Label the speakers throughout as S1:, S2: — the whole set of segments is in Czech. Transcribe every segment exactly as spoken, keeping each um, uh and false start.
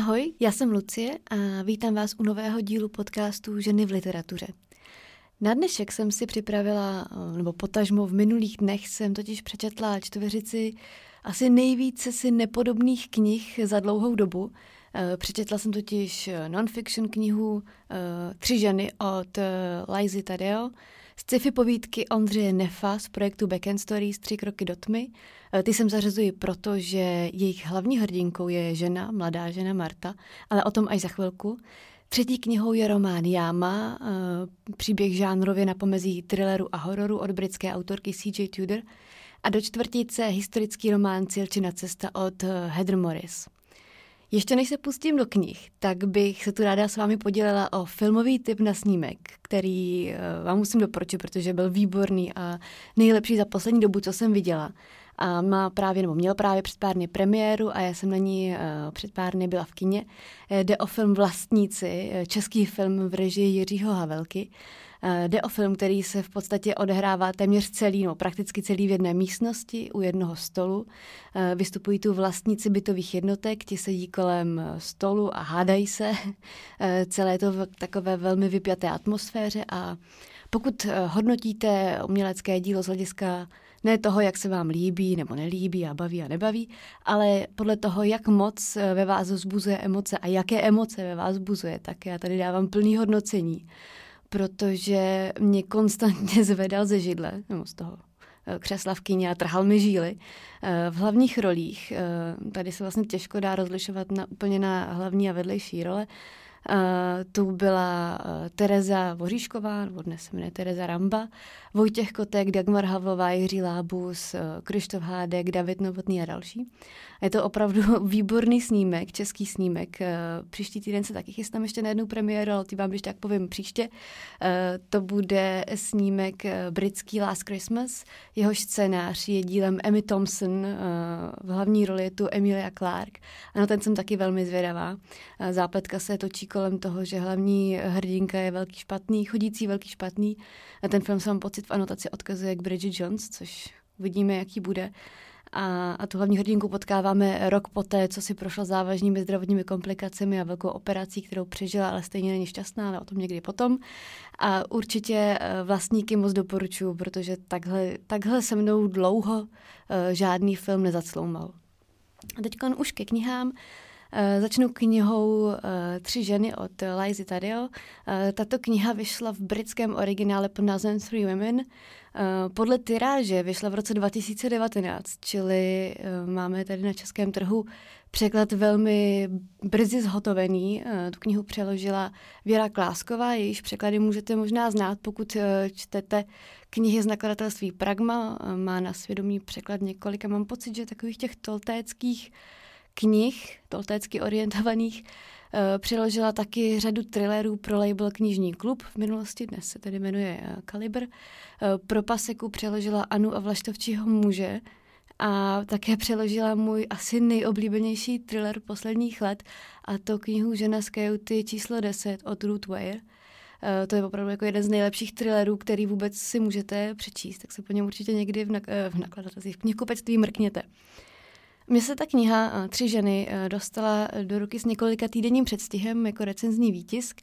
S1: Ahoj, já jsem Lucie a vítám vás u nového dílu podcastu Ženy v literatuře. Na dnešek jsem si připravila, nebo potažmo v minulých dnech jsem totiž přečetla čtveřici asi nejvíce si nepodobných knih za dlouhou dobu. Přečetla jsem totiž non-fiction knihu Tři ženy od Lizy Taddeo, sci-fi povídky Ondřeje Neffa z projektu Back and Stories Tři kroky do tmy. Ty jsem zařazuji proto, že jejich hlavní hrdinkou je žena, mladá žena Marta, ale o tom až za chvilku. Třetí knihou je román Jáma, příběh žánrově na pomezí thrilleru a hororu od britské autorky C J Tudor, a do čtvrtice historický román Cilčina cesta od Heather Morris. Ještě než se pustím do knih, tak bych se tu ráda s vámi podělila o filmový tip na snímek, který vám musím doporučit, protože byl výborný a nejlepší za poslední dobu, co jsem viděla. A má právě, nebo měl právě před pár dny premiéru a já jsem na ní před pár dny byla v kině. Jde o film Vlastníci, český film v režii Jiřího Havelky. Jde o film, který se v podstatě odehrává téměř celý, no prakticky celý v jedné místnosti u jednoho stolu. Vystupují tu vlastníci bytových jednotek, ti sedí kolem stolu a hádají se. Celé je to v takové velmi vypjaté atmosféře a pokud hodnotíte umělecké dílo z hlediska ne toho, jak se vám líbí nebo nelíbí a baví a nebaví, ale podle toho, jak moc ve vás vzbuzuje emoce a jaké emoce ve vás vzbuzuje, tak já tady dávám plný hodnocení, protože mě konstantně zvedal ze židle, nebo z toho křesla v kyně a trhal mi žíly. V hlavních rolích, tady se vlastně těžko dá rozlišovat na, úplně na hlavní a vedlejší role, Uh, tu byla uh, Tereza Voříšková, nebo dnes se jmenuje Tereza Ramba, Vojtěch Kotek, Dagmar Havlová, Jiří Lábus, uh, Kryštof Hádek, David Novotný a další. Je to opravdu výborný snímek, český snímek. Uh, příští týden se taky chystám ještě na jednu premiéru, ale ty vám když tak povím příště. Uh, to bude snímek uh, britský Last Christmas. Jehož scénář je dílem Emmy Thompson, uh, v hlavní roli je tu Emilia Clarke. Ano, ten jsem taky velmi zvědavá. Uh, zápletka se točí kolem toho, že hlavní hrdinka je velký špatný, chodící velký špatný. A ten film, mám pocit, v anotaci odkazuje k Bridget Jones, což uvidíme, jaký bude. A, a tu hlavní hrdinku potkáváme rok poté, co si prošla závažnými zdravotními komplikacemi a velkou operací, kterou přežila, ale stejně není šťastná, ale o tom někdy potom. A určitě Vlastníky moc doporučuji, protože takhle, takhle se mnou dlouho uh, žádný film nezacloumal. A teď už ke knihám. Uh, začnu knihou uh, Tři ženy od Lizy Taddeo. Uh, tato kniha vyšla v britském originále pod názvem Three Women. Uh, podle tiráže vyšla v roce dva tisíce devatenáct, čili uh, máme tady na českém trhu překlad velmi brzy zhotovený. Uh, tu knihu přeložila Věra Klásková, jejíž překlady můžete možná znát, pokud uh, čtete knihy z nakladatelství Pragma. Uh, má na svědomí překlad několika, mám pocit, že takových těch toltéckých knih, toltécky orientovaných, uh, přeložila taky řadu thrillerů pro label Knižní klub v minulosti, dnes se tedy jmenuje uh, Kalibr. Uh, pro Paseku přeložila Anu a Vlaštovčího muže a také přeložila můj asi nejoblíbenější thriller posledních let, a to knihu Žena z kajuty číslo deset od Ruth Ware. Uh, to je opravdu jako jeden z nejlepších thrillerů, který vůbec si můžete přečíst, tak se po něm určitě někdy v, nak- v nakladatelství, v knihkupectví mrkněte. Mně se ta kniha Tři ženy dostala do ruky s několika týdenním předstihem jako recenzní výtisk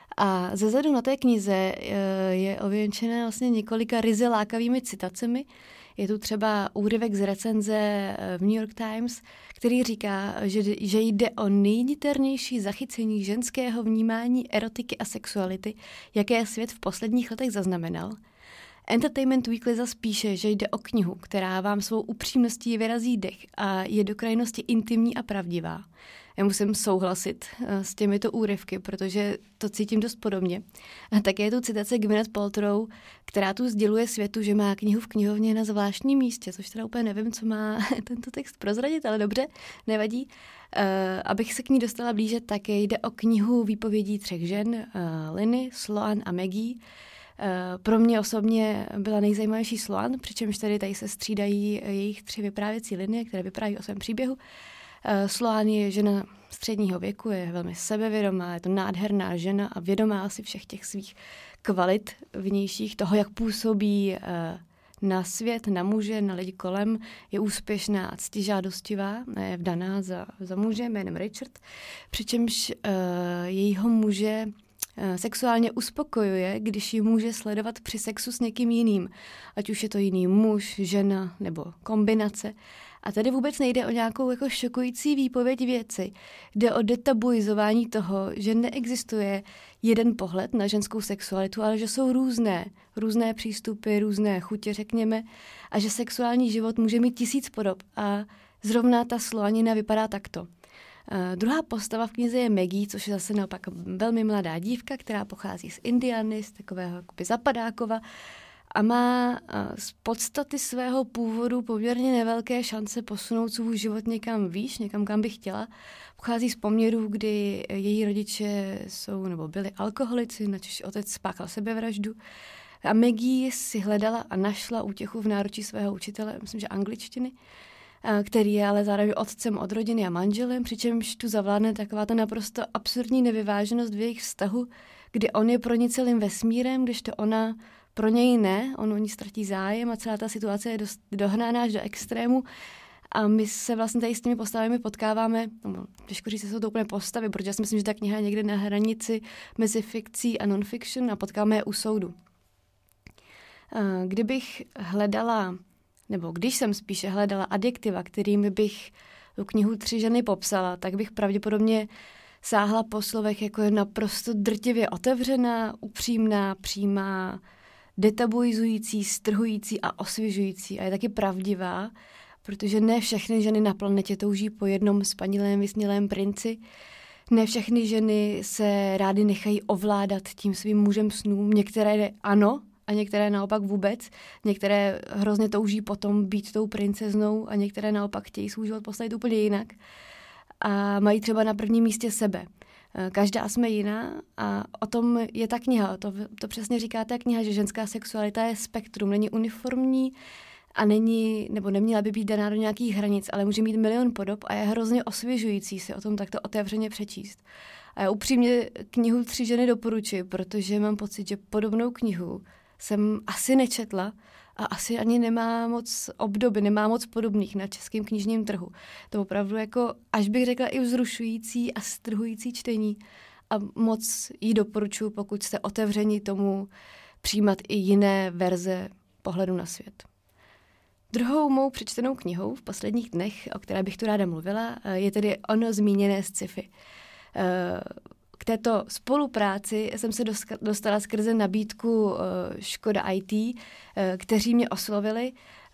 S1: a zezadu na té knize je ověnčená vlastně několika ryze lákavými citacemi. Je tu třeba úryvek z recenze v New York Times, který říká, že, že jde o nejniternější zachycení ženského vnímání erotiky a sexuality, jaké svět v posledních letech zaznamenal. Entertainment Weekly zas píše, že jde o knihu, která vám svou upřímností vyrazí dech a je do krajnosti intimní a pravdivá. Já musím souhlasit s těmito úryvky, protože to cítím dost podobně. A také je tu citace Gwyneth Paltrow, která tu sděluje světu, že má knihu v knihovně na zvláštním místě, což teda úplně nevím, co má tento text prozradit, ale dobře, nevadí. Uh, abych se k ní dostala blíže, tak jde o knihu výpovědí třech žen, uh, Liny, Sloan a Maggie. Pro mě osobně byla nejzajímavější Sloan, přičemž tady tady se střídají jejich tři vyprávěcí linie, které vypráví o svém příběhu. Sloan je žena středního věku, je velmi sebevědomá, je to nádherná žena a vědomá si všech těch svých kvalit vnějších, toho, jak působí na svět, na muže, na lidi kolem, je úspěšná a ctižádostivá, je vdaná za, za muže jménem Richard, přičemž uh, jejího muže uh, sexuálně uspokojuje, když ji může sledovat při sexu s někým jiným, ať už je to jiný muž, žena nebo kombinace. A tady vůbec nejde o nějakou jako šokující výpověď věci. Jde o detabuizování toho, že neexistuje jeden pohled na ženskou sexualitu, ale že jsou různé, různé přístupy, různé chutě, řekněme, a že sexuální život může mít tisíc podob. A zrovna ta slonina vypadá takto. Uh, druhá postava v knize je Maggie, což je zase naopak velmi mladá dívka, která pochází z Indiany, z takového jakoby zapadákova, a má z podstaty svého původu poměrně nevelké šance posunout svůj život někam výš, někam, kam by chtěla. Pochází z poměrů, kdy její rodiče jsou nebo byli alkoholici, načež otec spáchal sebevraždu. A Maggie si hledala a našla útěchu v náručí svého učitele, myslím, že angličtiny, který je ale zároveň otcem od rodiny a manželem, přičemž tu zavládne taková ta naprosto absurdní nevyváženost v jejich vztahu, kdy on je pro ní celým vesmírem, kdežto ona pro něj ne, on o ní ztratí zájem a celá ta situace je dost dohnána až do extrému. A my se vlastně tady s těmi postavami potkáváme, no, těžko říct, že jsou to úplně postavy, protože já si myslím, že ta kniha je někde na hranici mezi fikcí a non-fiction a potkáme je u soudu. Kdybych hledala, nebo když jsem spíše hledala adjektiva, kterými bych tu knihu Tři ženy popsala, tak bych pravděpodobně sáhla po slovech, jako je naprosto drtivě otevřená, upřímná, přímá, detabuizující, strhující a osvěžující. A je taky pravdivá, protože ne všechny ženy na planetě touží po jednom spanilém, vysnělém princi. Ne všechny ženy se rády nechají ovládat tím svým mužem snům. Některé ano a některé naopak vůbec. Některé hrozně touží potom být tou princeznou a některé naopak chtějí svůj život postavit úplně jinak. A mají třeba na prvním místě sebe. Každá jsme jiná a o tom je ta kniha. To, to přesně říká ta kniha, že ženská sexualita je spektrum, není uniformní a není, nebo neměla by být daná do nějakých hranic, ale může mít milion podob a je hrozně osvěžující si o tom takto otevřeně přečíst. A já upřímně knihu Tři ženy doporučuji, protože mám pocit, že podobnou knihu jsem asi nečetla a asi ani nemá moc obdoby, nemá moc podobných na českém knižním trhu. To opravdu jako, až bych řekla, i vzrušující a strhující čtení a moc jí doporučuji, pokud jste otevřeni tomu přijímat i jiné verze pohledu na svět. Druhou mou přečtenou knihou v posledních dnech, o které bych tu ráda mluvila, je tedy ono zmíněné sci-fi. K této spolupráci jsem se dostala skrze nabídku Škoda í té, kteří mě oslovili,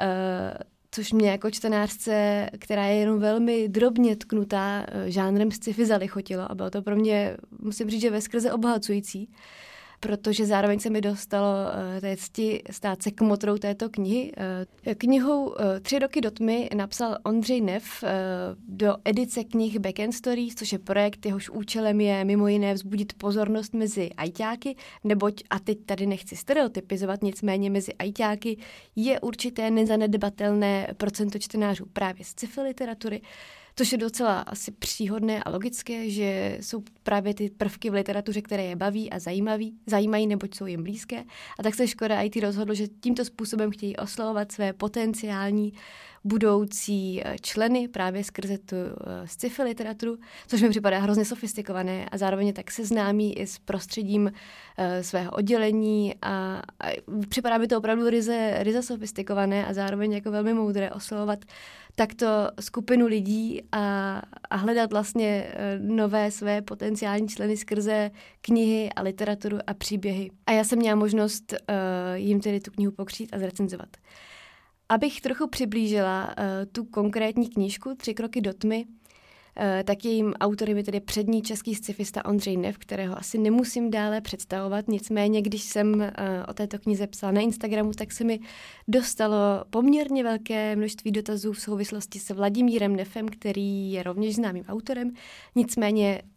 S1: což mě jako čtenářce, která je jenom velmi drobně tknutá žánrem sci-fi, zalichotilo a bylo to pro mě, musím říct, že veskrze obohacující, protože zároveň se mi dostalo uh, té cti stát se kmotrou této knihy. Uh, knihou uh, Tři roky do tmy napsal Ondřej Neff uh, do edice knih Back and Stories, což je projekt, jehož účelem je mimo jiné vzbudit pozornost mezi ajťáky, neboť, a teď tady nechci stereotypizovat, nicméně mezi ajťáky je určité nezanedbatelné procento čtenářů právě z sci-fi literatury, což je docela asi příhodné a logické, že jsou právě ty prvky v literatuře, které je baví a zajímaví, zajímají, neboť jsou jim blízké. A tak se Škoda í té rozhodlo, že tímto způsobem chtějí oslovovat své potenciální budoucí členy právě skrze tu sci-fi literaturu, což mi připadá hrozně sofistikované a zároveň tak seznámí i s prostředím svého oddělení a, a připadá mi to opravdu ryze, ryze sofistikované a zároveň jako velmi moudré oslovovat takto skupinu lidí a, a hledat vlastně nové své potenciální členy skrze knihy a literaturu a příběhy. A já jsem měla možnost uh, jim tedy tu knihu pokřít a zrecenzovat. Abych trochu přiblížila uh, tu konkrétní knížku Tři kroky do tmy, uh, tak jejím autorem je tedy přední český scifista Ondřej Neff, kterého asi nemusím dále představovat. Nicméně, když jsem uh, o této knize psala na Instagramu, tak se mi dostalo poměrně velké množství dotazů v souvislosti se Vladimírem Neffem, který je rovněž známým autorem. Nicméně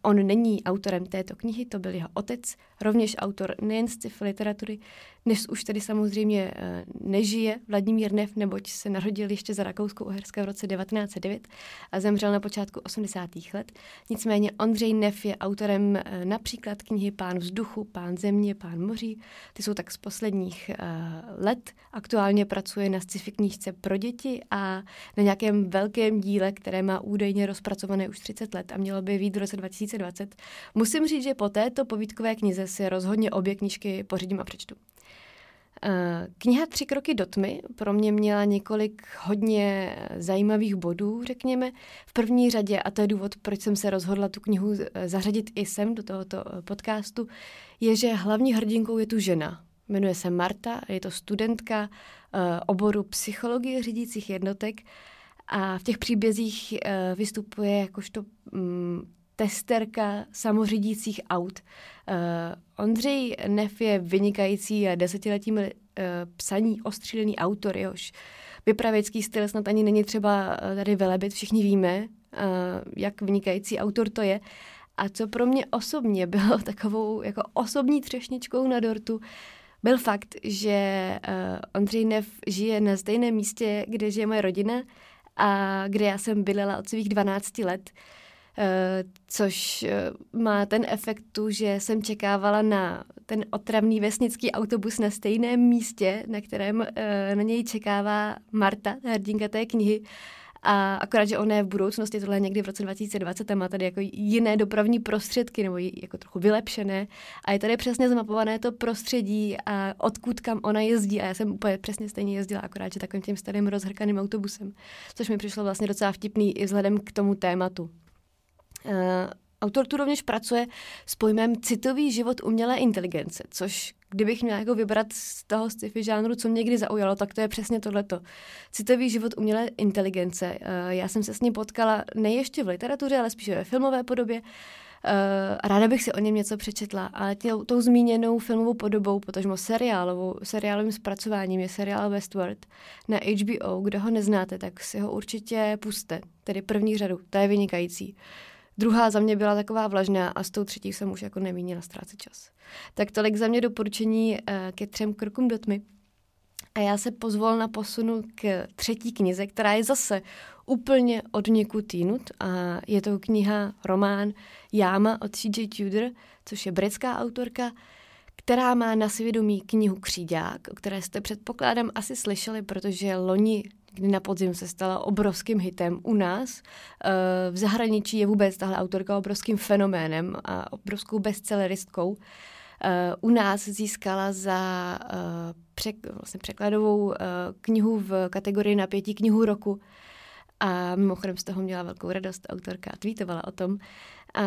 S1: on není autorem této knihy, to byl jeho otec, rovněž autor nejen sci-fi literatury, než už tedy samozřejmě nežije Vladimír Neff, neboť se narodil ještě za Rakousko-Uherska v roce devatenáct set devět a zemřel na počátku osmdesátých let. Nicméně Ondřej Neff je autorem například knihy Pán vzduchu, Pán země, Pán moří. Ty jsou tak z posledních let. Aktuálně pracuje na sci-fi knížce pro děti a na nějakém velkém díle, které má údajně rozpracované už třicet let a mělo by vyjít v roce dva tisíce dvacet. Musím říct, že po této povídkové knize si rozhodně obě knížky pořídím a přečtu. Kniha Tři kroky do tmy pro mě měla několik hodně zajímavých bodů, řekněme. V první řadě, a to je důvod, proč jsem se rozhodla tu knihu zařadit i sem do tohoto podcastu, je, že hlavní hrdinkou je tu žena. Jmenuje se Marta, je to studentka oboru psychologie řídících jednotek a v těch příbězích vystupuje jakožto testerka samořídících aut. Uh, Ondřej Neff je vynikající a desetiletím uh, psaní ostřílený autor, jehož vypravěcký styl snad ani není třeba tady velebit, všichni víme, uh, jak vynikající autor to je. A co pro mě osobně bylo takovou jako osobní třešničkou na dortu, byl fakt, že uh, Ondřej Neff žije na stejném místě, kde žije moje rodina a kde já jsem bydlela od svých dvanácti let. Uh, což uh, má ten efekt tu, že jsem čekávala na ten otravný vesnický autobus na stejném místě, na kterém uh, na něj čekává Marta, hrdinka té knihy. A akorát, že ona je v budoucnosti, tohle je někdy v roce dva tisíce dvacet a má tady jako jiné dopravní prostředky, nebo jako trochu vylepšené. A je tady přesně zmapované to prostředí a odkud kam ona jezdí. A já jsem úplně přesně stejně jezdila, akorát, že takovým tím starým rozhrkaným autobusem. Což mi přišlo vlastně docela vtipný i vzhledem k tomu tématu. Uh, autor tu rovněž pracuje s pojmem citový život umělé inteligence, což kdybych měla jako vybrat z toho sci-fi žánru, co mě někdy zaujalo, tak to je přesně tohleto. Citový život umělé inteligence. Uh, já jsem se s ním potkala ne ještě v literatuře, ale spíše ve filmové podobě. Uh, ráda bych si o něm něco přečetla, ale tou, tou zmíněnou filmovou podobou, potažmo seriálovou, seriálovým zpracováním je seriál Westworld na H B O. Kdo ho neznáte, tak si ho určitě puste, tedy první řadu, ta je vynikající. Druhá za mě byla taková vlažná a s tou třetí jsem už jako nemínila ztrácet čas. Tak tolik za mě doporučení ke třem krokům do tmy. A já se pozvolna posunu k třetí knize, která je zase úplně od někud jinut. A je to kniha, román Jáma od C J Tudor, což je britská autorka, která má na svědomí knihu Kříďák, o které jste předpokládám asi slyšeli, protože loni kdy na podzim se stala obrovským hitem u nás. V zahraničí je vůbec tahle autorka obrovským fenoménem a obrovskou bestselleristkou. U nás získala za přek, vlastně překladovou knihu v kategorii napětí knihu roku a mimochodem z toho měla velkou radost autorka a tweetovala o tom. A,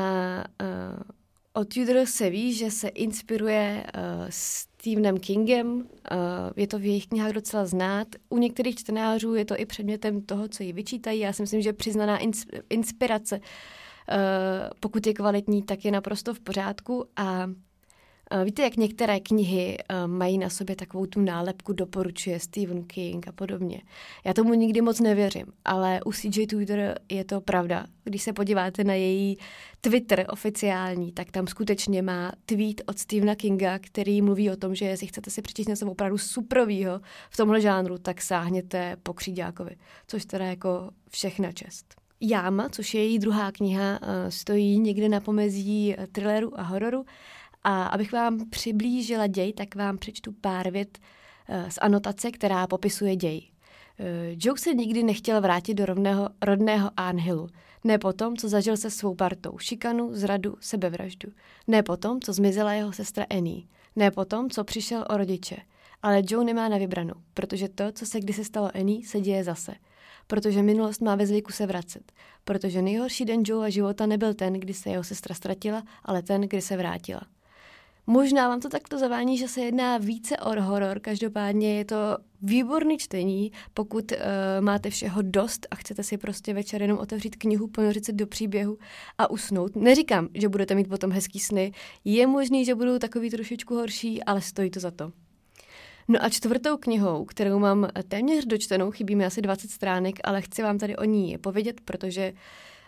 S1: o Tudor se ví, že se inspiruje uh, Stephenem Kingem, uh, je to v jejich knihách docela znát. U některých čtenářů je to i předmětem toho, co ji vyčítají. Já si myslím, že přiznaná ins- inspirace, uh, pokud je kvalitní, tak je naprosto v pořádku. A uh, víte, jak některé knihy uh, mají na sobě takovou tu nálepku doporučuje Stephen King a podobně. Já tomu nikdy moc nevěřím, ale u C J Tudor je to pravda. Když se podíváte na její Twitter oficiální, tak tam skutečně má tweet od Stephena Kinga, který mluví o tom, že jestli chcete si přečíst něco opravdu suprovýho v tomhle žánru, tak sáhněte po Kříďákovi, což teda jako všechna čest. Jáma, což je její druhá kniha, stojí někde na pomezí thrilleru a hororu. A abych vám přiblížila děj, tak vám přečtu pár vět z anotace, která popisuje děj. Joe se nikdy nechtěl vrátit do rovného, rodného Arnhillu. Ne potom, co zažil se svou partou šikanu, zradu, sebevraždu. Ne potom, co zmizela jeho sestra Annie. Ne potom, co přišel o rodiče. Ale Joe nemá na vybranou, protože to, co se kdysi stalo Annie, se děje zase. Protože minulost má ve zvyku se vracet. Protože nejhorší den Joea života nebyl ten, kdy se jeho sestra ztratila, ale ten, kdy se vrátila. Možná vám to takto zavání, že se jedná více o horor, každopádně je to výborný čtení, pokud uh, máte všeho dost a chcete si prostě večer jenom otevřít knihu, ponořit se do příběhu a usnout. Neříkám, že budete mít potom hezký sny, je možný, že budou takový trošičku horší, ale stojí to za to. No a čtvrtou knihou, kterou mám téměř dočtenou, chybí mi asi dvacet stránek, ale chci vám tady o ní povědět, protože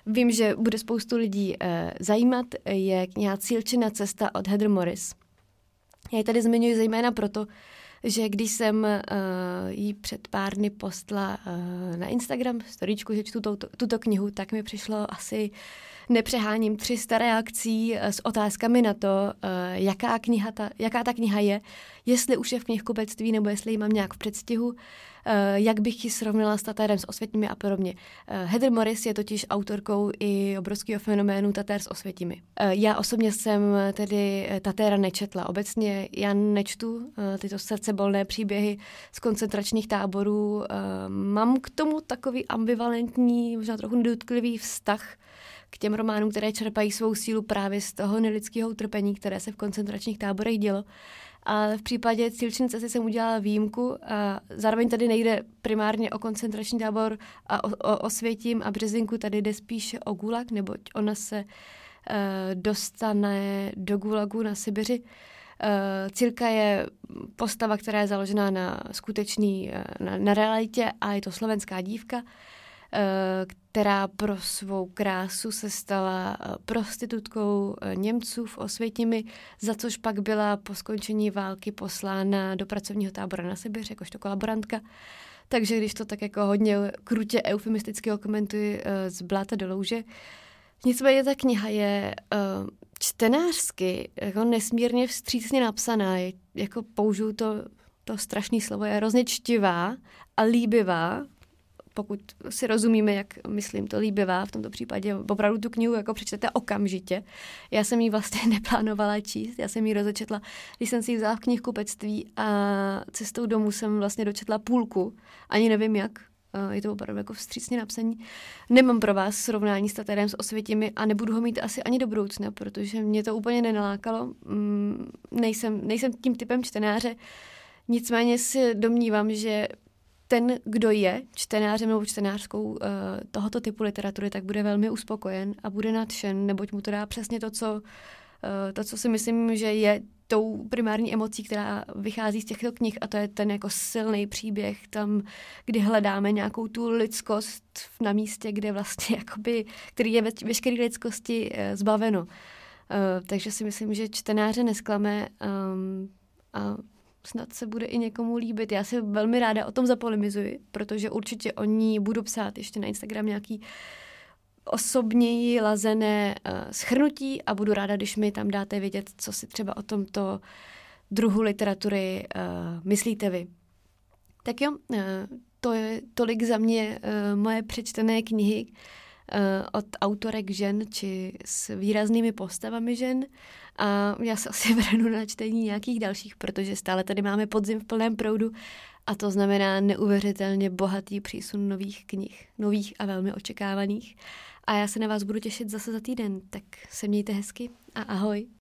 S1: vím, že bude spoustu lidí eh, zajímat, je kniha Cílčina cesta od Heather Morris. Já ji tady zmiňuji zejména proto, že když jsem uh, jí před pár dny postla uh, na Instagram storíčku, že čtu tuto, tuto knihu, tak mi přišlo asi, nepřeháním, tři sta reakcí uh, s otázkami na to, uh, jaká, kniha ta, jaká ta kniha je, jestli už je v knihkupectví nebo jestli ji mám nějak v předstihu, uh, jak bych ji srovnala s Tatérem s Osvětimi a podobně. Uh, Heather Morris je totiž autorkou i obrovského fenoménu Tatér s Osvětimi. Uh, já osobně jsem tedy Tatéra nečetla. Obecně já nečtu uh, tyto srdcebolné příběhy z koncentračních táborů. Uh, mám k tomu takový ambivalentní, možná trochu nedotklivěý vztah k těm románům, které čerpají svou sílu právě z toho nelidského utrpení, které se v koncentračních táborech dělo. Ale v případě Cílčiny cesty jsem udělala výjimku a zároveň tady nejde primárně o koncentrační tábor a o, o Osvětim a Březinku, tady jde spíše o Gulag, neboť ona se uh, dostane do Gulagu na Sibiři. Uh, Cílka je postava, která je založená na skutečný, uh, na, na realitě a je to slovenská dívka, která pro svou krásu se stala prostitutkou Němců v Osvětimi, za což pak byla po skončení války poslána do pracovního tábora na Sibiř, jakožto kolaborantka. Takže když to tak jako hodně krutě eufemisticky komentuji, z bláta do louže. Nicméně ta kniha je uh, čtenářsky jako nesmírně vstřícně napsaná, je, jako použiju to, to strašné slovo, je hrozně čtivá a líbivá, pokud si rozumíme, jak myslím to líbivá, v tomto případě opravdu tu knihu jako přečtete okamžitě. Já jsem ji vlastně neplánovala číst, já jsem ji rozečetla, když jsem si ji vzala v knihkupectví a cestou domů jsem vlastně dočetla půlku, ani nevím jak, je to opravdu jako vstřícně napsaní. Nemám pro vás srovnání s Tatérem s Osvětimi a nebudu ho mít asi ani do budoucna, protože mě to úplně nenalákalo. Nejsem, nejsem tím typem čtenáře, nicméně si domnívám, že ten, kdo je čtenářem nebo čtenářskou uh, tohoto typu literatury, tak bude velmi uspokojen a bude nadšen, neboť mu to dá přesně to, co, uh, to, co si myslím, že je tou primární emocí, která vychází z těchto knih, a to je ten jako silný příběh tam, kdy hledáme nějakou tu lidskost na místě, kde vlastně jakoby, který je ve, veškeré lidskosti uh, zbaveno. Uh, takže si myslím, že čtenáře nesklame um, a snad se bude i někomu líbit. Já si velmi ráda o tom zapolemizuji, protože určitě o ní budu psát ještě na Instagram nějaký osobněji lazené uh, shrnutí a budu ráda, když mi tam dáte vědět, co si třeba o tomto druhu literatury uh, myslíte vy. Tak jo, uh, to je tolik za mě uh, moje přečtené knihy uh, od autorek žen či s výraznými postavami žen. A já se asi vrhnu na čtení nějakých dalších, protože stále tady máme podzim v plném proudu a to znamená neuvěřitelně bohatý přísun nových knih, nových a velmi očekávaných. A já se na vás budu těšit zase za týden, tak se mějte hezky a ahoj.